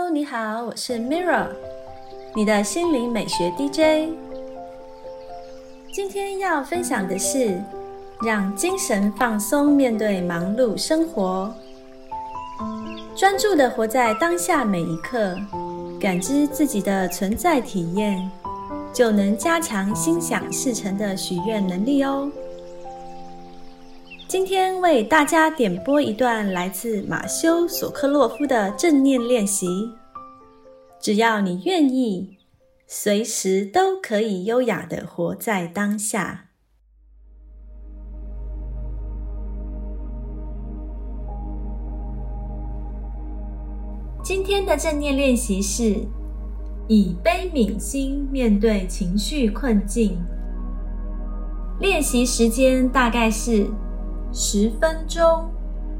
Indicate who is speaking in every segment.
Speaker 1: Hello， 你好，我是 Mira， 你的心灵美学 DJ。今天要分享的是，让精神放松面对忙碌生活，专注地活在当下每一刻，感知自己的存在体验，就能加强心想事成的许愿能力哦。今天为大家点播一段来自马修·索克洛夫的正念练习。只要你愿意，随时都可以优雅地活在当下。今天的正念练习是以悲悯心面对情绪困境。练习时间大概是10分钟。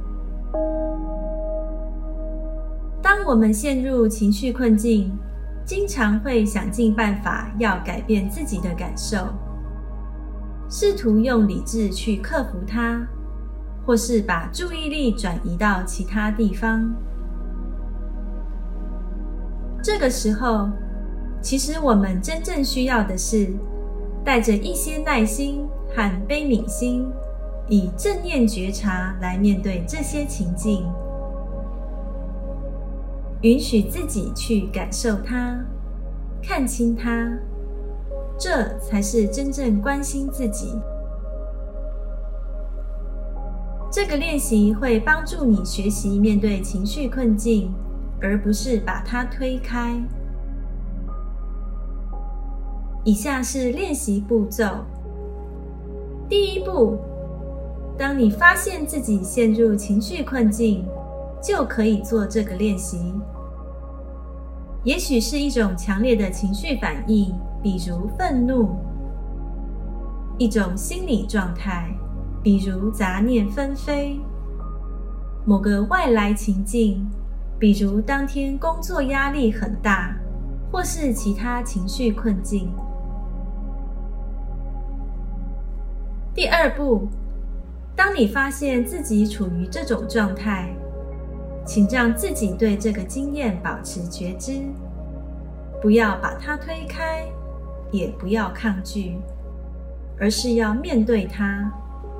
Speaker 1: 当我们陷入情绪困境，经常会想尽办法要改变自己的感受，试图用理智去克服它，或是把注意力转移到其他地方。这个时候，其实我们真正需要的是带着一些耐心和悲悯心，以正念觉察来面对这些情境，允许自己去感受它，看清它，这才是真正关心自己。这个练习会帮助你学习面对情绪困境，而不是把它推开。以下是练习步骤。第一步，当你发现自己陷入情绪困境，就可以做这个练习。也许是一种强烈的情绪反应，比如愤怒；一种心理状态，比如杂念纷飞；某个外来情境，比如当天工作压力很大，或是其他情绪困境。第二步，当你发现自己处于这种状态，请让自己对这个经验保持觉知，不要把它推开，也不要抗拒，而是要面对它。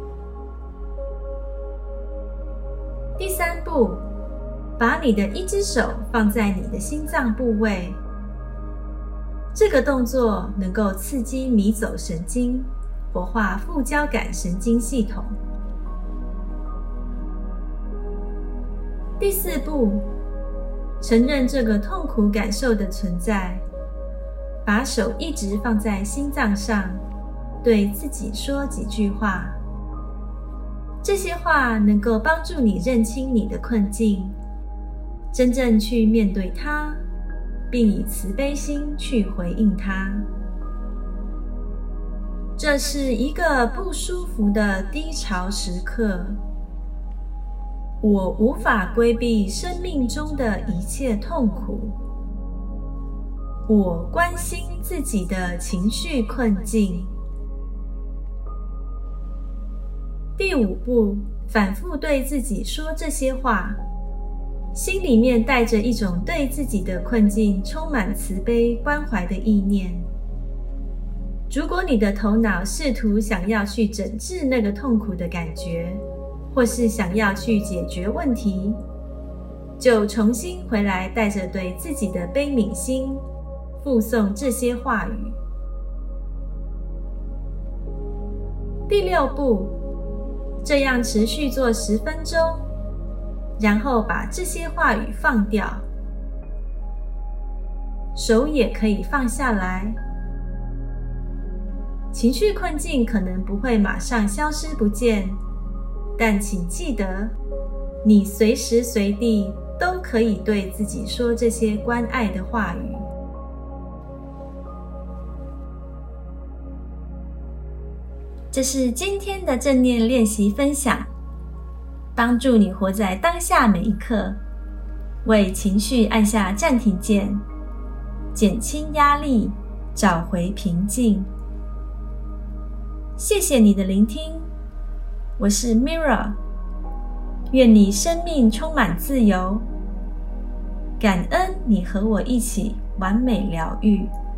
Speaker 1: 第三步，把你的一只手放在你的心脏部位，这个动作能够刺激迷走神经，活化副交感神经系统。第四步，承认这个痛苦感受的存在，把手一直放在心脏上，对自己说几句话。这些话能够帮助你认清你的困境，真正去面对它，并以慈悲心去回应它。这是一个不舒服的低潮时刻，我无法规避生命中的一切痛苦，我关心自己的情绪困境。第五步，反复对自己说这些话，心里面带着一种对自己的困境充满慈悲关怀的意念。如果你的头脑试图想要去整治那个痛苦的感觉，或是想要去解决问题，就重新回来，带着对自己的悲悯心，复诵这些话语。第六步，这样持续做10分钟，然后把这些话语放掉，手也可以放下来。情绪困境可能不会马上消失不见，但请记得，你随时随地都可以对自己说这些关爱的话语。这是今天的正念练习分享，帮助你活在当下每一刻，为情绪按下暂停键，减轻压力，找回平静。谢谢你的聆听，我是 Mira， 愿你生命充满自由。 感恩你和我一起完美疗愈。